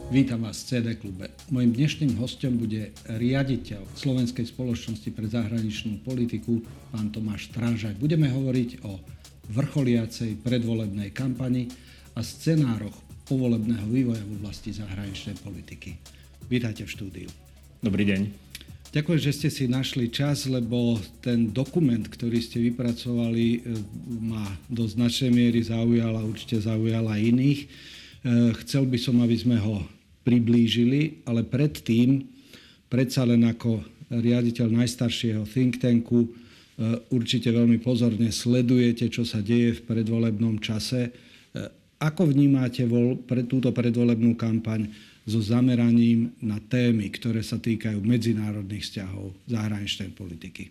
Vítam vás v CD klube. Mojím dnešným hostom bude riaditeľ Slovenskej spoločnosti pre zahraničnú politiku, pán Tomáš Strážak. Budeme hovoriť o vrcholiacej predvolebnej kampani a scenároch povolebného vývoja v oblasti zahraničnej politiky. Vítajte v štúdiu. Dobrý deň. Ďakujem, že ste si našli čas, lebo ten dokument, ktorý ste vypracovali, ma do značnej miery zaujal a určite zaujal aj iných. Chcel by som, aby sme ho priblížili, ale predtým, predsa len ako riaditeľ najstaršieho think tanku, určite veľmi pozorne sledujete, čo sa deje v predvolebnom čase. Ako vnímate túto predvolebnú kampaň so zameraním na témy, ktoré sa týkajú medzinárodných vzťahov zahraničnej politiky?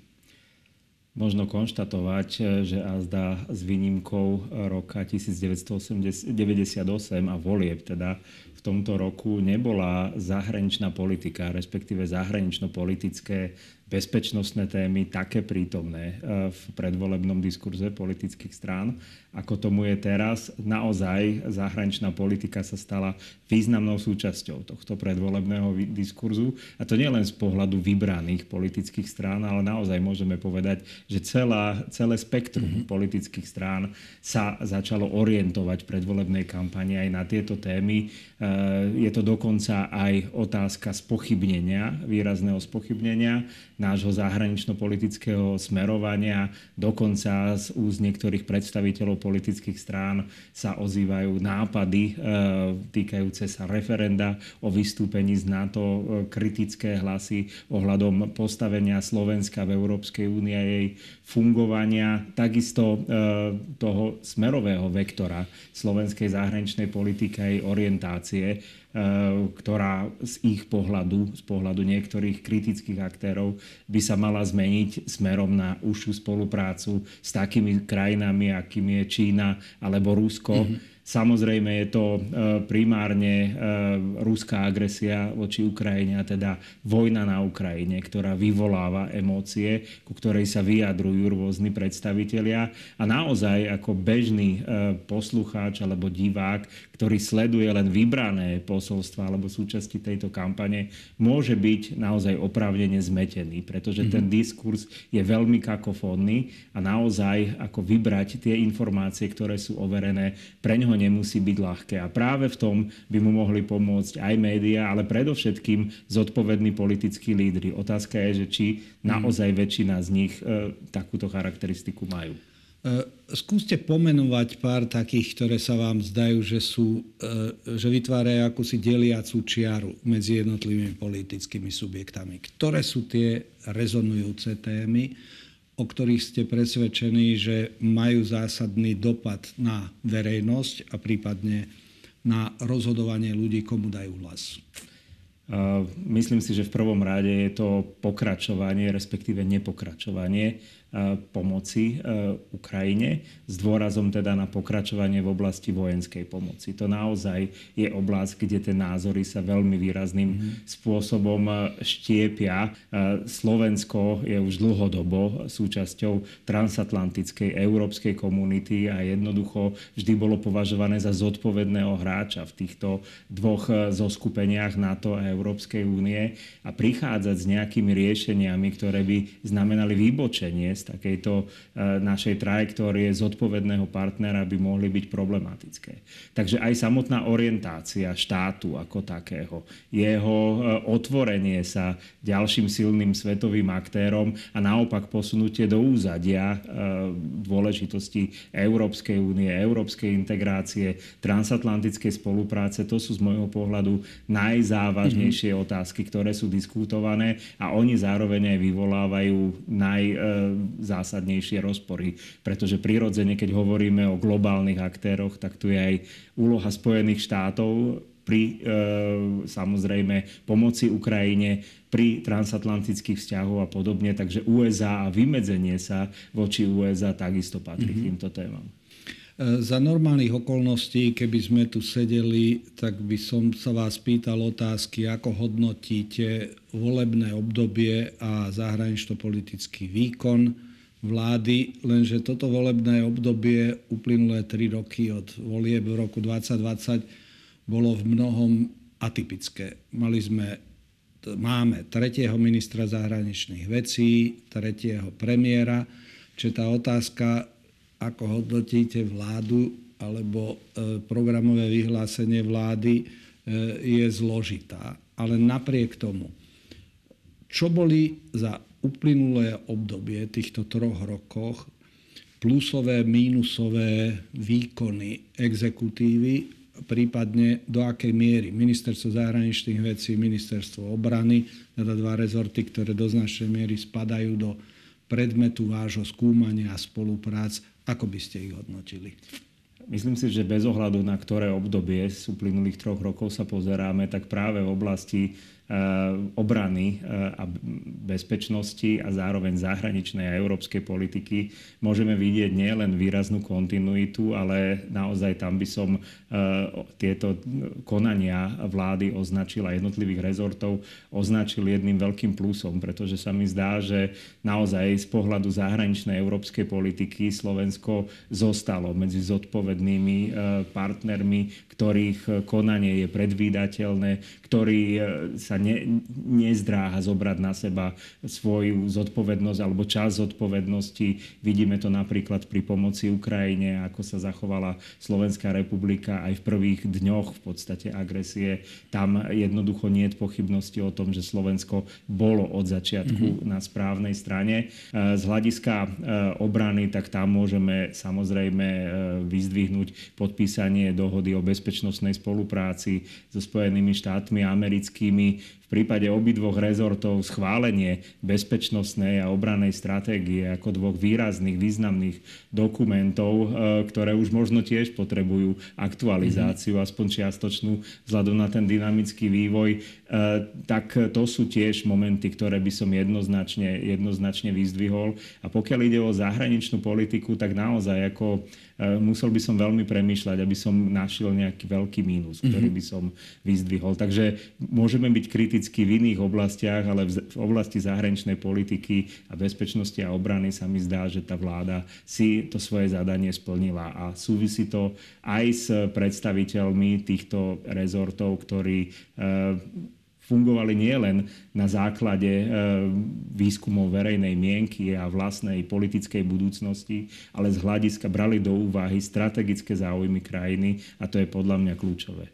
Možno konštatovať, že azda s výnimkou roka 1998 a volieb teda v tomto roku nebola zahraničná politika, respektíve zahranično-politické bezpečnostné témy také prítomné v predvolebnom diskurze politických strán, ako tomu je teraz. Naozaj zahraničná politika sa stala významnou súčasťou tohto predvolebného diskurzu. A to nie len z pohľadu vybraných politických strán, ale naozaj môžeme povedať, že celé spektrum politických strán sa začalo orientovať v predvolebnej kampani aj na tieto témy. Je to dokonca aj otázka spochybnenia, výrazného spochybnenia nášho zahranično-politického smerovania. Dokonca z úst niektorých predstaviteľov politických strán sa ozývajú nápady týkajúce sa referenda o vystúpení z NATO, kritické hlasy ohľadom postavenia Slovenska v Európskej únii a jej fungovania. Takisto toho smerového vektora slovenskej zahraničnej politiky a jej orientácie, ktorá z ich pohľadu, z pohľadu niektorých kritických aktérov by sa mala zmeniť smerom na užšiu spoluprácu s takými krajinami, akými je Čína alebo Rusko. Samozrejme je to primárne ruská agresia voči Ukrajine, a teda vojna na Ukrajine, ktorá vyvoláva emócie, ku ktorej sa vyjadrujú rôzni predstavitelia. A naozaj ako bežný poslucháč alebo divák, ktorý sleduje len vybrané posolstva alebo súčasti tejto kampane, môže byť naozaj oprávnene zmetený, pretože ten diskurs je veľmi kakofónny a naozaj ako vybrať tie informácie, ktoré sú overené, pre ňoho nemusí byť ľahké. A práve v tom by mu mohli pomôcť aj médiá, ale predovšetkým zodpovední politickí lídri. Otázka je, že či naozaj väčšina z nich takúto charakteristiku majú. Skúste pomenovať pár takých, ktoré sa vám zdajú, že vytvárajú akúsi deliacu čiaru medzi jednotlivými politickými subjektami. Ktoré sú tie rezonujúce témy, o ktorých ste presvedčení, že majú zásadný dopad na verejnosť a prípadne na rozhodovanie ľudí, komu dajú hlas? Myslím si, že v prvom rade je to pokračovanie, respektíve nepokračovanie pomoci Ukrajine s dôrazom teda na pokračovanie v oblasti vojenskej pomoci. To naozaj je oblasť, kde tie názory sa veľmi výrazným spôsobom štiepia. Slovensko je už dlhodobo súčasťou transatlantickej európskej komunity a jednoducho vždy bolo považované za zodpovedného hráča v týchto dvoch zoskupeniach NATO a Európskej únie a prichádzať s nejakými riešeniami, ktoré by znamenali vybočenie z takejto našej trajektórie zodpovedného partnera, by mohli byť problematické. Takže aj samotná orientácia štátu ako takého, jeho otvorenie sa ďalším silným svetovým aktérom a naopak posunutie do úzadia dôležitosti Európskej únie, európskej integrácie, transatlantickej spolupráce, to sú z môjho pohľadu najzávažnejšie otázky, ktoré sú diskutované a oni zároveň aj vyvolávajú najzásadnejšie rozpory. Pretože prirodzene, keď hovoríme o globálnych aktéroch, tak tu je aj úloha Spojených štátov pri samozrejme pomoci Ukrajine, pri transatlantických vzťahoch a podobne. Takže USA a vymedzenie sa voči USA takisto patrí k týmto témam. Za normálnych okolností, keby sme tu sedeli, tak by som sa vás pýtal otázky, ako hodnotíte volebné obdobie a zahranično-politický výkon vlády, lenže toto volebné obdobie, uplynulé 3 roky od volieb v roku 2020, bolo v mnohom atypické. Máme 3. ministra zahraničných vecí, 3. premiéra, čiže tá otázka, ako hodnotíte vládu alebo programové vyhlásenie vlády, je zložitá. Ale napriek tomu, čo boli za uplynulé obdobie týchto 3 rokoch plusové, mínusové výkony exekutívy, prípadne do akej miery Ministerstvo zahraničných vecí, Ministerstvo obrany, teda 2 rezorty, ktoré do značnej miery spadajú do predmetu vášho skúmania a spoluprác, ako by ste ich hodnotili? Myslím si, že bez ohľadu na ktoré obdobie z uplynulých 3 rokov sa pozeráme, tak práve v oblasti obrany a bezpečnosti a zároveň zahraničnej a európskej politiky môžeme vidieť nielen výraznú kontinuitu, ale naozaj tam by som tieto konania vlády označil a jednotlivých rezortov označil jedným veľkým plusom, pretože sa mi zdá, že naozaj z pohľadu zahraničnej európskej politiky Slovensko zostalo medzi zodpovednými partnermi, ktorých konanie je predvídateľné, ktorí sa nezdráha zobrať na seba svoju zodpovednosť alebo časť zodpovednosti. Vidíme to napríklad pri pomoci Ukrajine, ako sa zachovala Slovenská republika aj v prvých dňoch v podstate agresie. Tam jednoducho nie je pochybnosti o tom, že Slovensko bolo od začiatku na správnej strane. Z hľadiska obrany, tak tam môžeme samozrejme vyzdvihnúť podpísanie dohody o bezpečnostnej spolupráci so Spojenými štátmi americkými. V prípade obidvoch rezortov schválenie bezpečnostnej a obrannej stratégie ako 2 výrazných, významných dokumentov, ktoré už možno tiež potrebujú aktualizáciu, aspoň čiastočnú vzhľadom na ten dynamický vývoj, tak to sú tiež momenty, ktoré by som jednoznačne vyzdvihol. A pokiaľ ide o zahraničnú politiku, tak naozaj musel by som veľmi premýšľať, aby som našiel nejaký veľký mínus, ktorý by som vyzdvihol. Takže môžeme byť kritickí v iných oblastiach, ale v oblasti zahraničnej politiky a bezpečnosti a obrany sa mi zdá, že tá vláda si to svoje zadanie splnila. A súvisí to aj s predstaviteľmi týchto rezortov, ktorí fungovali nielen na základe výskumov verejnej mienky a vlastnej politickej budúcnosti, ale z hľadiska brali do úvahy strategické záujmy krajiny a to je podľa mňa kľúčové.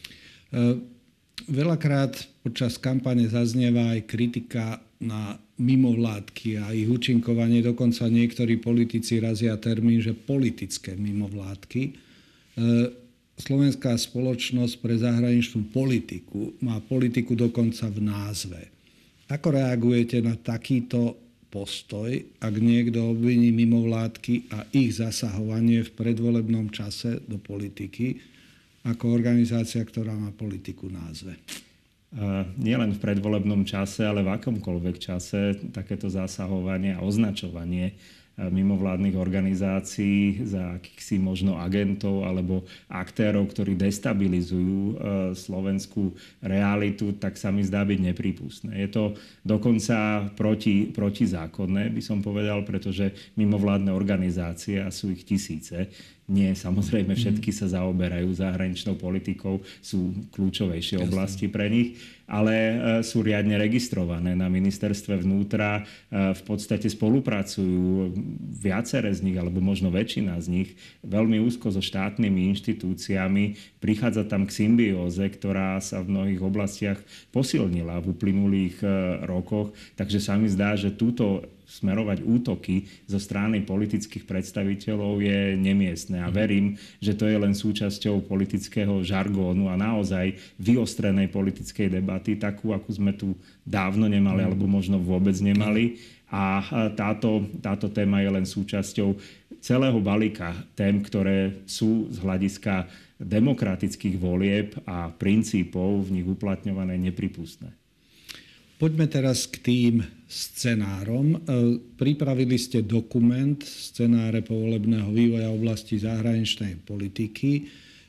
Veľakrát počas kampane zaznieva aj kritika na mimovládky a ich účinkovanie. Dokonca niektorí politici razia termín, že politické mimovládky. Slovenská spoločnosť pre zahraničnú politiku má politiku dokonca v názve. Ako reagujete na takýto postoj, ak niekto obviní mimovládky a ich zasahovanie v predvolebnom čase do politiky ako organizácia, ktorá má politiku v názve? Nielen v predvolebnom čase, ale v akomkoľvek čase takéto zasahovanie a označovanie mimovládnych organizácií za akýchsi možno agentov alebo aktérov, ktorí destabilizujú slovenskú realitu, tak sa mi zdá byť neprípustné. Je to dokonca protizákonné, by som povedal, pretože mimovládne organizácie, a sú ich tisíce, nie, samozrejme, všetky sa zaoberajú zahraničnou politikou, sú kľúčovejšie oblasti pre nich, ale sú riadne registrované na ministerstve vnútra, v podstate spolupracujú viaceré z nich, alebo možno väčšina z nich, veľmi úzko so štátnymi inštitúciami. Prichádza tam k symbióze, ktorá sa v mnohých oblastiach posilnila v uplynulých rokoch, takže sa mi zdá, že túto smerovať útoky zo strany politických predstaviteľov je nemiestne. A verím, že to je len súčasťou politického žargónu a naozaj vyostrenej politickej debaty, takú, akú sme tu dávno nemali, alebo možno vôbec nemali. A táto téma je len súčasťou celého balíka tém, ktoré sú z hľadiska demokratických volieb a princípov v nich uplatňované neprípustné. Poďme teraz k tým scenárom. Pripravili ste dokument Scenáre povolebného vývoja v oblasti zahraničnej politiky.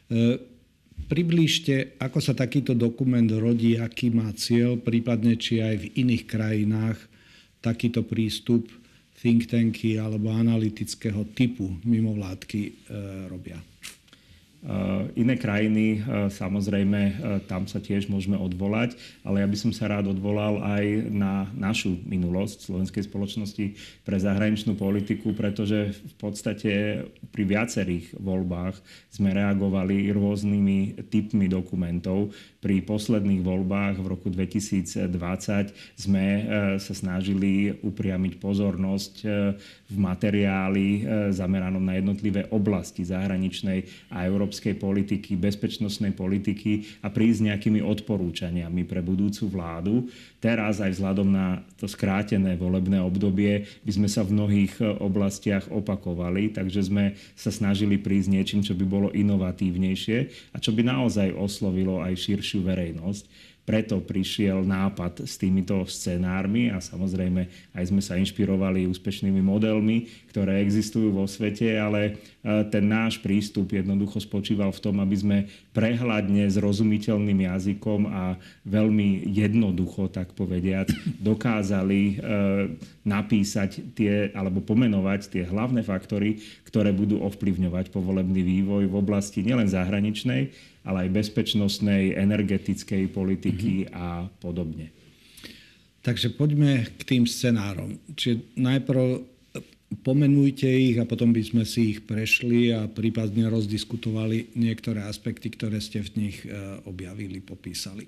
Priblížte, ako sa takýto dokument rodí, aký má cieľ, prípadne či aj v iných krajinách takýto prístup think tanky alebo analytického typu mimovládky robia. Iné krajiny, samozrejme, tam sa tiež môžeme odvolať, ale ja by som sa rád odvolal aj na našu minulosť Slovenskej spoločnosti pre zahraničnú politiku, pretože v podstate pri viacerých voľbách sme reagovali rôznymi typmi dokumentov. Pri posledných voľbách v roku 2020 sme sa snažili upriamiť pozornosť v materiáli zameranom na jednotlivé oblasti zahraničnej a európskej politiky, bezpečnostnej politiky a prísť nejakými odporúčaniami pre budúcu vládu. Teraz aj vzhľadom na to skrátené volebné obdobie by sme sa v mnohých oblastiach opakovali, takže sme sa snažili prísť niečím, čo by bolo inovatívnejšie a čo by naozaj oslovilo aj širšiu verejnosť. Preto prišiel nápad s týmito scenármi a samozrejme aj sme sa inšpirovali úspešnými modelmi, ktoré existujú vo svete, ale ten náš prístup jednoducho spočíval v tom, aby sme prehľadne, zrozumiteľným jazykom a veľmi jednoducho, tak povediac, dokázali napísať alebo pomenovať tie hlavné faktory, ktoré budú ovplyvňovať povolebný vývoj v oblasti nielen zahraničnej, ale aj bezpečnostnej, energetickej politiky a podobne. Takže poďme k tým scenárom. Čiže najprv pomenujte ich a potom by sme si ich prešli a prípadne rozdiskutovali niektoré aspekty, ktoré ste v nich objavili, popísali.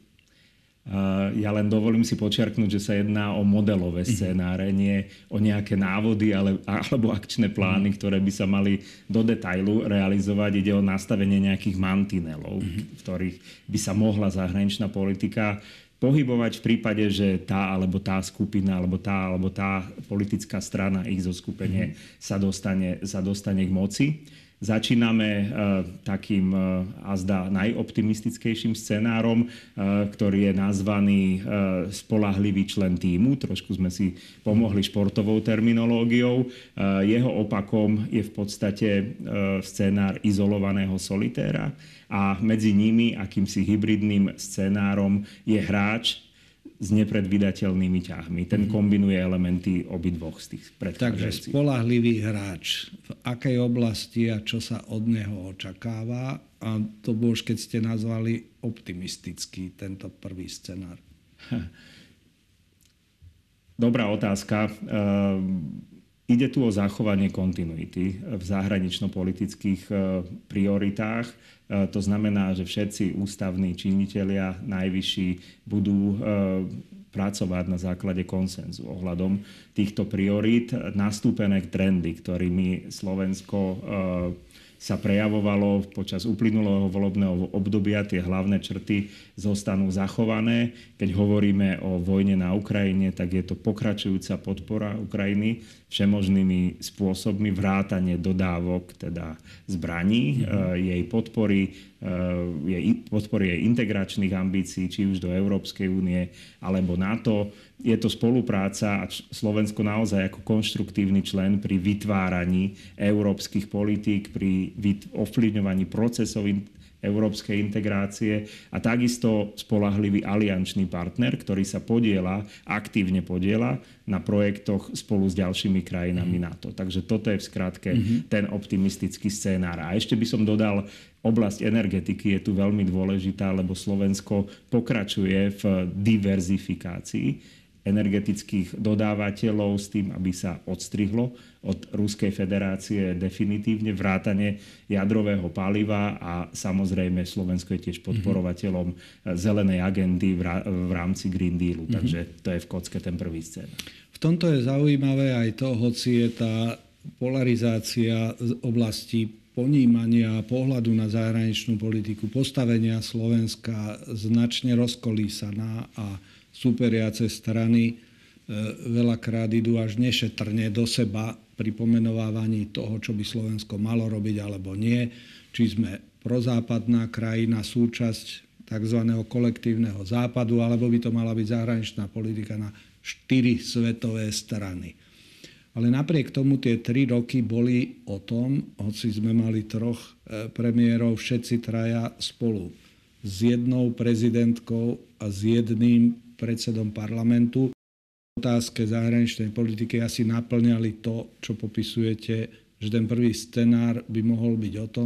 Ja len dovolím si počiarknúť, že sa jedná o modelové scenáre, nie o nejaké návody alebo akčné plány, ktoré by sa mali do detailu realizovať. Ide o nastavenie nejakých mantinelov, v ktorých by sa mohla zahraničná politika pohybovať v prípade, že tá alebo tá skupina alebo tá politická strana, ich zoskupenie sa dostane k moci. Začíname takým azda najoptimistickejším scenárom, ktorý je nazvaný spoľahlivý člen tímu. Trošku sme si pomohli športovou terminológiou. Jeho opakom je v podstate scenár izolovaného solitéra a medzi nimi akýmsi hybridným scenárom je hráč s nepredvídateľnými ťahmi. Ten kombinuje elementy obidvoch z tých predchádzajúcich. Takže spoľahlivý hráč. V akej oblasti a čo sa od neho očakáva? A to bol už, keď ste nazvali optimistický tento prvý scenár. Dobrá otázka. Ide tu o zachovanie kontinuity v zahranično-politických prioritách. To znamená, že všetci ústavní činitelia najvyšší budú pracovať na základe konsenzu ohľadom týchto priorít. Nastúpené trendy, ktorými Slovensko sa prejavovalo počas uplynulého volebného obdobia, tie hlavné črty zostanú zachované. Keď hovoríme o vojne na Ukrajine, tak je to pokračujúca podpora Ukrajiny všemožnými spôsobmi, vrátanie dodávok, teda zbraní, jej podpory jej integračných ambícií, či už do Európskej únie alebo NATO. Je to spolupráca a Slovensko naozaj ako konštruktívny člen pri vytváraní európskych politík, pri ovplyvňovaní procesov európskej integrácie a takisto spoľahlivý aliančný partner, ktorý sa aktívne podieľa na projektoch spolu s ďalšími krajinami NATO. Takže toto je v skratke ten optimistický scénár. A ešte by som dodal, oblasť energetiky je tu veľmi dôležitá, lebo Slovensko pokračuje v diverzifikácii energetických dodávateľov s tým, aby sa odstrihlo od Ruskej federácie definitívne vrátane jadrového paliva a samozrejme Slovensko je tiež podporovateľom zelenej agendy v rámci Green Dealu. Takže to je v kocke ten prvý scénar. V tomto je zaujímavé aj to, hoci je tá polarizácia z oblasti ponímania a pohľadu na zahraničnú politiku, postavenia Slovenska značne rozkolísaná a superiace strany veľakrát idú až nešetrne do seba pri pomenovávaní toho, čo by Slovensko malo robiť alebo nie. Či sme prozápadná krajina, súčasť tzv. Kolektívneho západu, alebo by to mala byť zahraničná politika na 4 svetové strany. Ale napriek tomu tie 3 roky boli o tom, hoci sme mali 3 premiérov, všetci traja spolu s jednou prezidentkou a s jedným predsedom parlamentu. V otázke zahraničnej politiky asi naplňali to, čo popisujete, že ten prvý scenár by mohol byť o tom,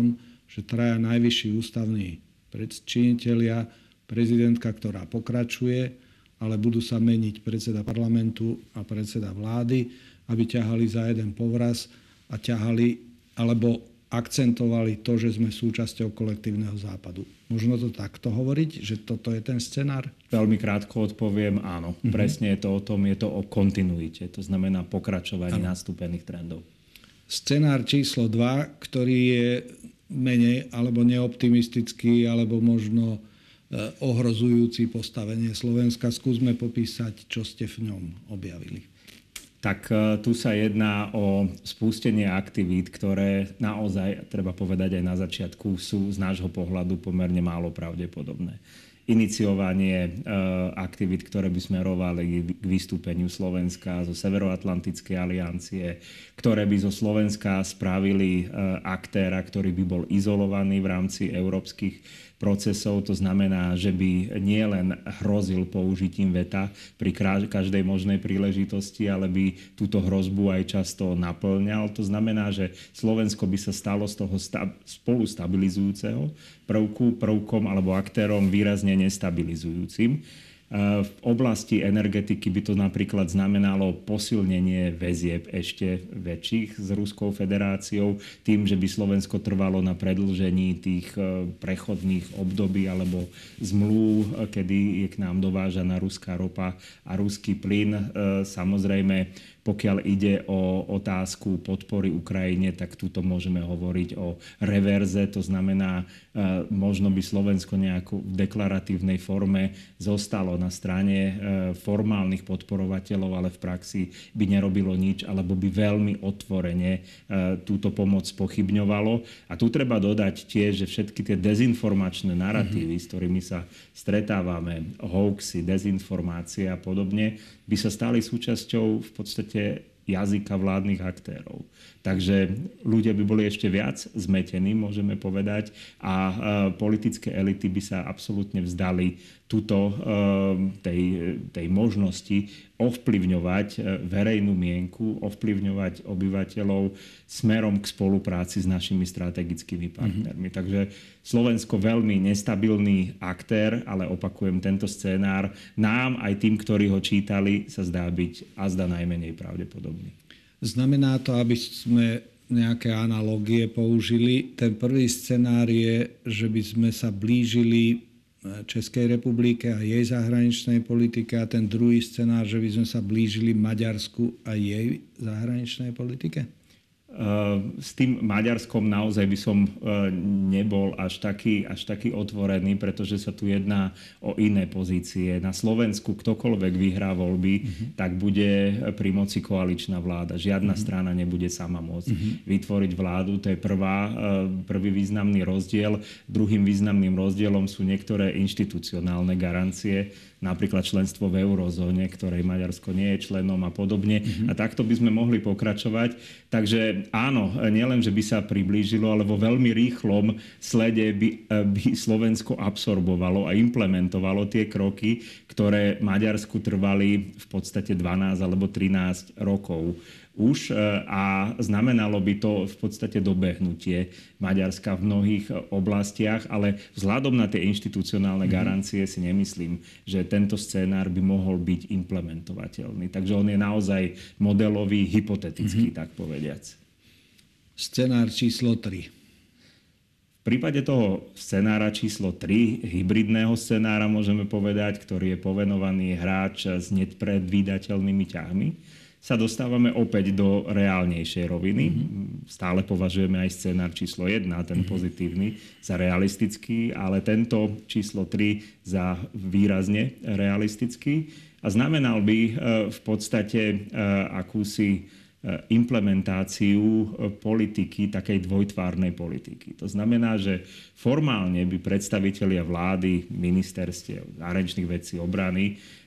že traja najvyšší ústavní činitelia, prezidentka, ktorá pokračuje, ale budú sa meniť predseda parlamentu a predseda vlády, aby ťahali za jeden povraz a ťahali alebo akcentovali to, že sme súčasťou kolektívneho západu. Možno to takto hovoriť, že toto je ten scenár? Veľmi krátko odpoviem, áno. Presne je to o tom, je to o kontinuite. To znamená pokračovanie nastúpených trendov. Scenár číslo 2, ktorý je menej alebo neoptimistický, alebo možno ohrozujúci postavenie Slovenska. Skúsme popísať, čo ste v ňom objavili. Tak tu sa jedná o spustenie aktivít, ktoré naozaj, treba povedať aj na začiatku, sú z nášho pohľadu pomerne málo pravdepodobné. Iniciovanie aktivít, ktoré by smerovali k vystúpeniu Slovenska zo Severoatlantickej aliancie, ktoré by zo Slovenska spravili aktéra, ktorý by bol izolovaný v rámci európskych procesov. To znamená, že by nielen hrozil použitím veta pri každej možnej príležitosti, ale by túto hrozbu aj často naplňal. To znamená, že Slovensko by sa stalo z toho spolustabilizujúceho prvkom alebo aktérom výrazne nestabilizujúcim. V oblasti energetiky by to napríklad znamenalo posilnenie väzieb ešte väčších s Ruskou federáciou, tým, že by Slovensko trvalo na predĺžení tých prechodných období alebo zmluv, kedy je k nám dovážaná ruská ropa a ruský plyn. Samozrejme, pokiaľ ide o otázku podpory Ukrajine, tak tuto môžeme hovoriť o reverze. To znamená, možno by Slovensko nejako v deklaratívnej forme zostalo na strane formálnych podporovateľov, ale v praxi by nerobilo nič, alebo by veľmi otvorene túto pomoc pochybňovalo. A tu treba dodať tiež, že všetky tie dezinformačné naratívy, s ktorými sa stretávame, hoaxy, dezinformácie a podobne, by sa stali súčasťou v podstate jazyka vládnych aktérov. Takže ľudia by boli ešte viac zmetení, môžeme povedať, a politické elity by sa absolútne vzdali tej možnosti ovplyvňovať verejnú mienku, ovplyvňovať obyvateľov smerom k spolupráci s našimi strategickými partnermi. Takže Slovensko veľmi nestabilný aktér, ale opakujem, tento scénár nám, aj tým, ktorí ho čítali, sa zdá byť azda najmenej pravdepodobný. Znamená to, aby sme nejaké analogie použili. Ten prvý scenár je, že by sme sa blížili Českej republike a jej zahraničnej politike, a ten druhý scenár, že by sme sa blížili Maďarsku a jej zahraničnej politike? S tým Maďarskom naozaj by som nebol až taký otvorený, pretože sa tu jedná o iné pozície. Na Slovensku ktokoľvek vyhrá voľby, tak bude pri moci koaličná vláda. Žiadna strana nebude sama môcť vytvoriť vládu. To je prvý významný rozdiel. Druhým významným rozdielom sú niektoré inštitucionálne garancie, napríklad členstvo v eurozóne, ktorej Maďarsko nie je členom a podobne. A takto by sme mohli pokračovať. Takže áno, nielen, že by sa priblížilo, ale vo veľmi rýchlom slede by Slovensko absorbovalo a implementovalo tie kroky, ktoré Maďarsku trvali v podstate 12 alebo 13 rokov už, a znamenalo by to v podstate dobehnutie Maďarska v mnohých oblastiach, ale vzhľadom na tie inštitucionálne garancie si nemyslím, že tento scénár by mohol byť implementovateľný. Takže on je naozaj modelový, hypotetický, tak povediac. Scenár číslo 3. V prípade toho scenára číslo 3, hybridného scenára môžeme povedať, ktorý je povenovaný hráč s nepredvídateľnými ťahmi, sa dostávame opäť do reálnejšej roviny. Stále považujeme aj scenár číslo 1, ten pozitívny, za realistický, ale tento číslo 3 za výrazne realistický. A znamenal by v podstate akúsi implementáciu politiky, takej dvojtvárnej politiky. To znamená, že formálne by predstavitelia vlády, ministerstiev, zahraničných vecí, obrany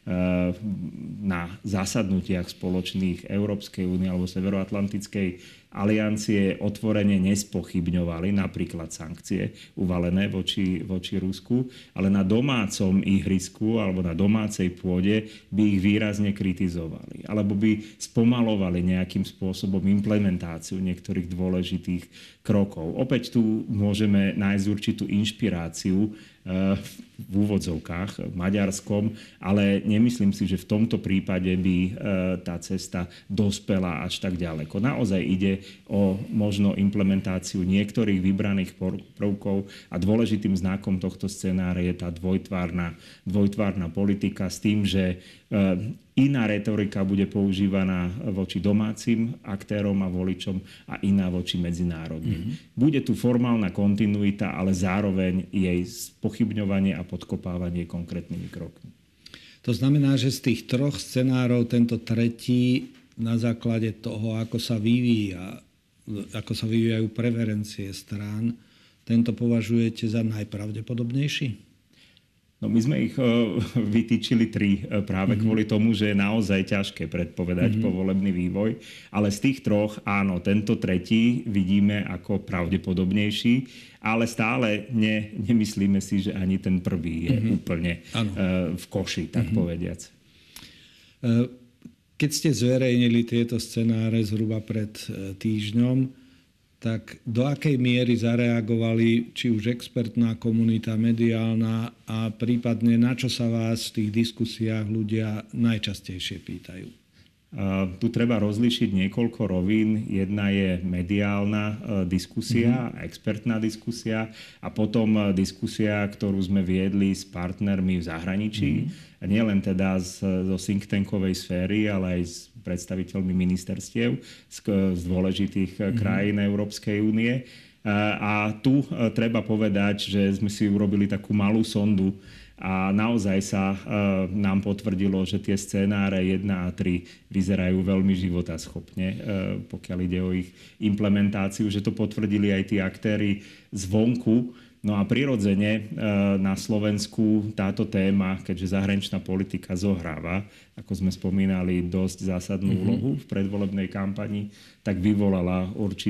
na zasadnutiach spoločných Európskej únie alebo Severoatlantickej aliancie otvorene nespochybňovali napríklad sankcie uvalené voči Rusku, ale na domácom ihrisku alebo na domácej pôde by ich výrazne kritizovali. Alebo by spomalovali nejakým spôsobom implementáciu niektorých dôležitých krokov. Opäť tu môžeme nájsť určitú inšpiráciu v úvodzovkách maďarskom, ale nemyslím si, že v tomto prípade by tá cesta dospela až tak ďaleko. Naozaj ide o možno implementáciu niektorých vybraných prvkov a dôležitým znakom tohto scenára je tá dvojtvárna politika s tým, že iná retorika bude používaná voči domácim aktérom a voličom a iná voči medzinárodným. Bude tu formálna kontinuita, ale zároveň jej spochybňovanie a podkopávanie konkrétnymi krokmi. To znamená, že z tých troch scenárov tento tretí na základe toho, ako sa vyvíjajú preferencie strán, tento považujete za najpravdepodobnejší? No my sme ich vytýčili 3 práve kvôli tomu, že je naozaj ťažké predpovedať povolebný vývoj. Ale z tých troch, áno, tento tretí vidíme ako pravdepodobnejší, ale stále nemyslíme si, že ani ten prvý je úplne v koši, tak povediac. Keď ste zverejnili tieto scenáre zhruba pred týždňom, tak do akej miery zareagovali či už expertná komunita, mediálna a prípadne na čo sa vás v tých diskusiách ľudia najčastejšie pýtajú? Tu treba rozlíšiť niekoľko rovín. Jedna je mediálna diskusia, expertná diskusia a potom diskusia, ktorú sme viedli s partnermi v zahraničí. Nie len teda zo think tankovej sféry, ale aj s predstaviteľmi ministerstiev z dôležitých krajín Európskej únie. A tu treba povedať, že sme si urobili takú malú sondu a naozaj sa nám potvrdilo, že tie scenáre 1 a 3 vyzerajú veľmi životaschopne, pokiaľ ide o ich implementáciu, že to potvrdili aj tí aktéri zvonku. No a prirodzene na Slovensku táto téma, keďže zahraničná politika zohráva, ako sme spomínali, dosť zásadnú úlohu v predvolebnej kampani, tak vyvolala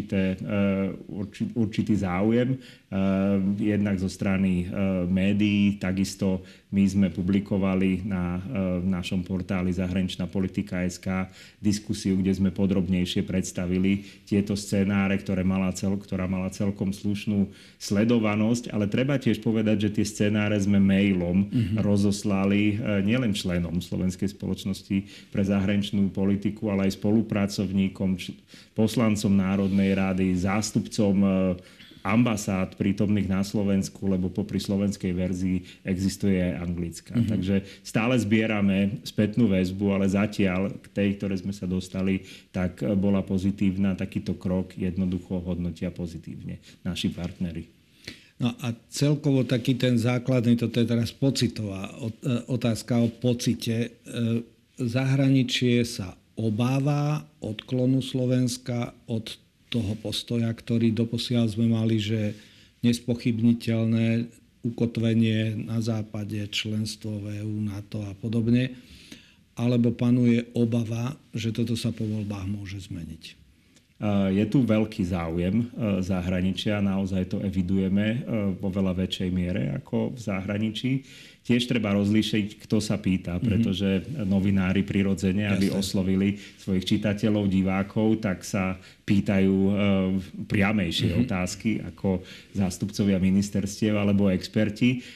určitý záujem. Jednak zo strany médií, takisto my sme publikovali na našom portáli Zahraničná politika.sk diskusiu, kde sme podrobnejšie predstavili tieto scenáre, ktorá mala celkom slušnú sledovanosť, ale treba tiež povedať, že tie scenáre sme mailom rozoslali nielen členom Slovenskej spoločnosti pre zahraničnú politiku, ale aj spolupracovníkom, poslancom Národnej rady, zástupcom ambasád prítomných na Slovensku, lebo popri slovenskej verzii existuje aj anglická. Takže stále zbierame spätnú väzbu, ale zatiaľ k tej, ktoré sme sa dostali, tak bola pozitívna. Takýto krok jednoducho hodnotia pozitívne naši partneri. No a celkovo taký ten základný, toto je teraz pocitová otázka o pocite. Zahraničie sa obáva odklonu Slovenska od toho postoja, ktorý doposiaľ sme mali, že nespochybniteľné ukotvenie na západe, členstvo v EU, NATO a podobne, alebo panuje obava, že toto sa po voľbách môže zmeniť? Je tu veľký záujem zahraničia, naozaj to evidujeme vo veľa väčšej miere ako v zahraničí. Tiež treba rozlíšiť, kto sa pýta, pretože novinári prirodzene, aby oslovili svojich čitateľov, divákov, tak sa pýtajú priamejšie otázky ako zástupcovia ministerstiev alebo experti.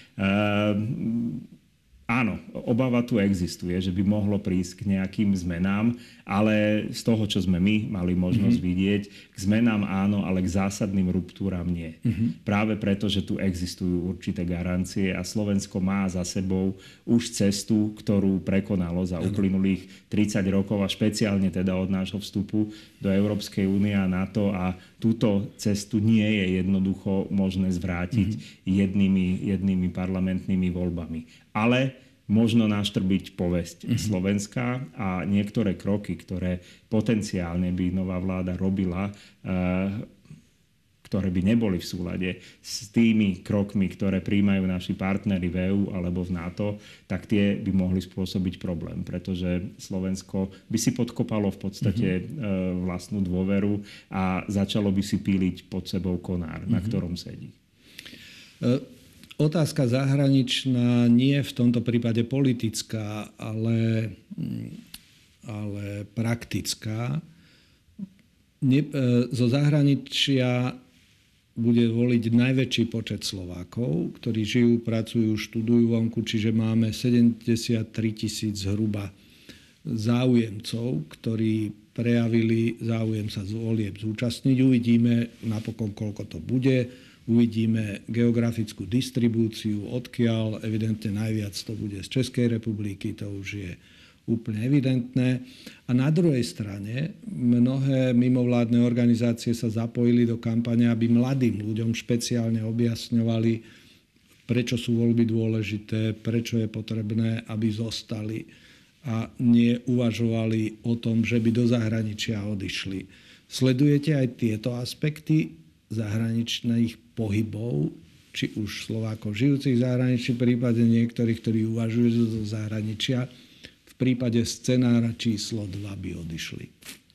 Áno, obava tu existuje, že by mohlo prísť k nejakým zmenám, ale z toho, čo sme my mali možnosť vidieť, k zmenám áno, ale k zásadným ruptúram nie. Práve preto, že tu existujú určité garancie a Slovensko má za sebou už cestu, ktorú prekonalo za uplynulých 30 rokov a špeciálne teda od nášho vstupu do Európskej únie a NATO a túto cestu nie je jednoducho možné zvrátiť jednými parlamentnými voľbami. Ale možno naštrbiť povesť Slovenska a niektoré kroky, ktoré potenciálne by nová vláda robila, ktoré by neboli v súlade s tými krokmi, ktoré prijímajú naši partneri v EÚ alebo v NATO, tak tie by mohli spôsobiť problém, pretože Slovensko by si podkopalo v podstate vlastnú dôveru a začalo by si píliť pod sebou konár, na ktorom sedí. Otázka zahraničná nie je v tomto prípade politická, ale praktická. Zo zahraničia bude voliť najväčší počet Slovákov, ktorí žijú, pracujú, študujú vonku, čiže máme 73 000 zhruba záujemcov, ktorí prejavili záujem sa z volieb zúčastniť. Uvidíme napokon, koľko to bude. Uvidíme geografickú distribúciu, odkiaľ. Evidentne najviac to bude z Českej republiky, to už je úplne evidentné. A na druhej strane mnohé mimovládne organizácie sa zapojili do kampane, aby mladým ľuďom špeciálne objasňovali, prečo sú voľby dôležité, prečo je potrebné, aby zostali a neuvažovali o tom, že by do zahraničia odišli. Sledujete aj tieto aspekty zahraničných pohybov, či už Slovákov žijúcich v zahraničí, v prípade niektorých, ktorí uvažujú do zahraničia, v prípade scenára číslo 2 by odišli?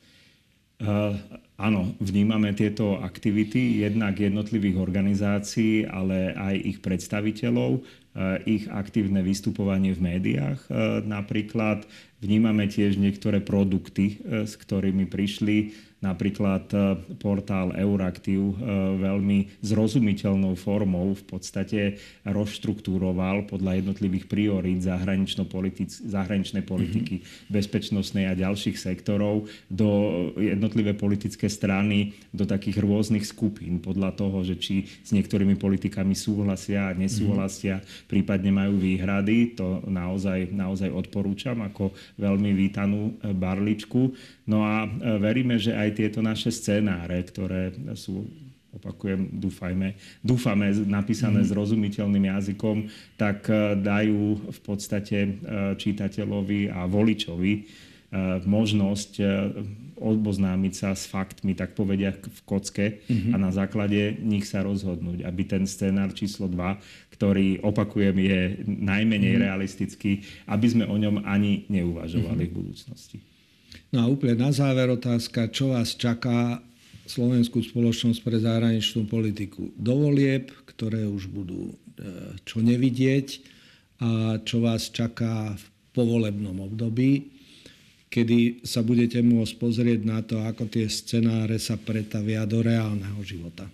Áno, vnímame tieto aktivity jednak jednotlivých organizácií, ale aj ich predstaviteľov, ich aktívne vystupovanie v médiách. Napríklad vnímame tiež niektoré produkty, s ktorými prišli. Napríklad portál Euraktiv veľmi zrozumiteľnou formou v podstate rozštruktúroval podľa jednotlivých priorít zahraničnej politiky, bezpečnostnej a ďalších sektorov do jednotlivé politické strany, do takých rôznych skupín podľa toho, že či s niektorými politikami súhlasia a nesúhlasia, prípadne majú výhrady. To naozaj odporúčam ako veľmi vítanú barličku. No a veríme, že aj tieto naše scenáre, ktoré sú, opakujem, dúfame napísané zrozumiteľným jazykom, tak dajú v podstate čitateľovi a voličovi možnosť oboznámiť sa s faktmi, tak povediať v kocke a na základe nich sa rozhodnúť, aby ten scenár číslo 2, ktorý, opakujem, je najmenej realistický, aby sme o ňom ani neuvažovali v budúcnosti. No a úplne na záver otázka, čo vás čaká Slovenskú spoločnosť pre zahraničnú politiku do volieb, ktoré už budú čo nevidieť, a čo vás čaká v povolebnom období, kedy sa budete môcť pozrieť na to, ako tie scenáre sa pretavia do reálneho života.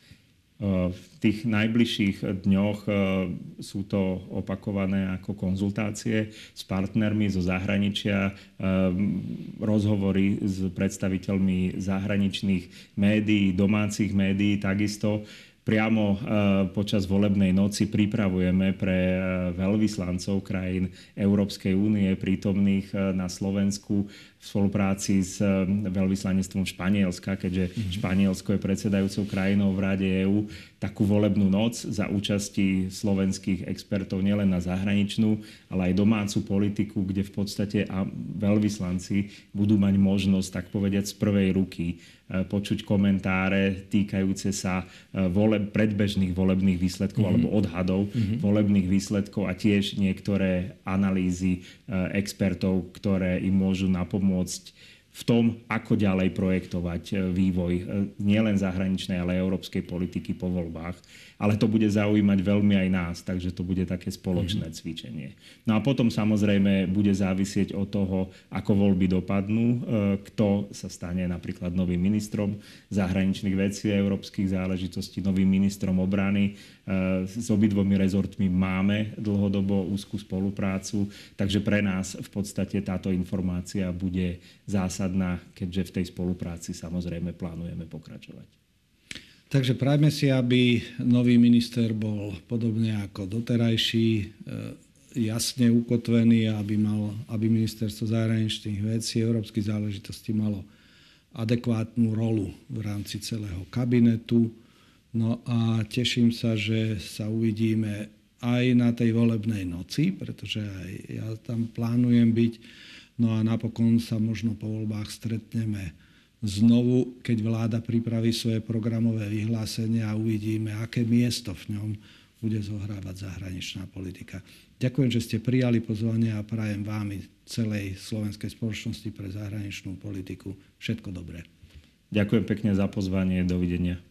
V tých najbližších dňoch sú to opakované ako konzultácie s partnermi zo zahraničia, rozhovory s predstaviteľmi zahraničných médií, domácich médií takisto. Priamo počas volebnej noci pripravujeme pre veľvyslancov krajín Európskej únie prítomných na Slovensku v spolupráci s veľvyslanectvom Španielska, keďže Španielsko je predsedajúcou krajinou v Rade EÚ, takú volebnú noc za účasti slovenských expertov nielen na zahraničnú, ale aj domácu politiku, kde v podstate veľvyslanci budú mať možnosť, tak povedať, z prvej ruky počuť komentáre týkajúce sa predbežných volebných výsledkov alebo odhadov volebných výsledkov a tiež niektoré analýzy expertov, ktoré im môžu napomôcť v tom, ako ďalej projektovať vývoj nielen zahraničnej, ale aj európskej politiky po voľbách. Ale to bude zaujímať veľmi aj nás, takže to bude také spoločné cvičenie. No a potom samozrejme bude závisieť od toho, ako voľby dopadnú, kto sa stane napríklad novým ministrom zahraničných vecí a európskych záležitostí, novým ministrom obrany. S obidvomi rezortmi máme dlhodobo úzkú spoluprácu, takže pre nás v podstate táto informácia bude zásadná, keďže v tej spolupráci samozrejme plánujeme pokračovať. Takže prajme si, aby nový minister bol podobne ako doterajší, jasne ukotvený, aby ministerstvo zahraničných vecí a európskych záležitostí malo adekvátnu rolu v rámci celého kabinetu. No a teším sa, že sa uvidíme aj na tej volebnej noci, pretože aj ja tam plánujem byť. No a napokon sa možno po voľbách stretneme znovu, keď vláda pripraví svoje programové vyhlásenie a uvidíme, aké miesto v ňom bude zohrávať zahraničná politika. Ďakujem, že ste prijali pozvanie a prajem vám i celej Slovenskej spoločnosti pre zahraničnú politiku všetko dobré. Ďakujem pekne za pozvanie. Dovidenia.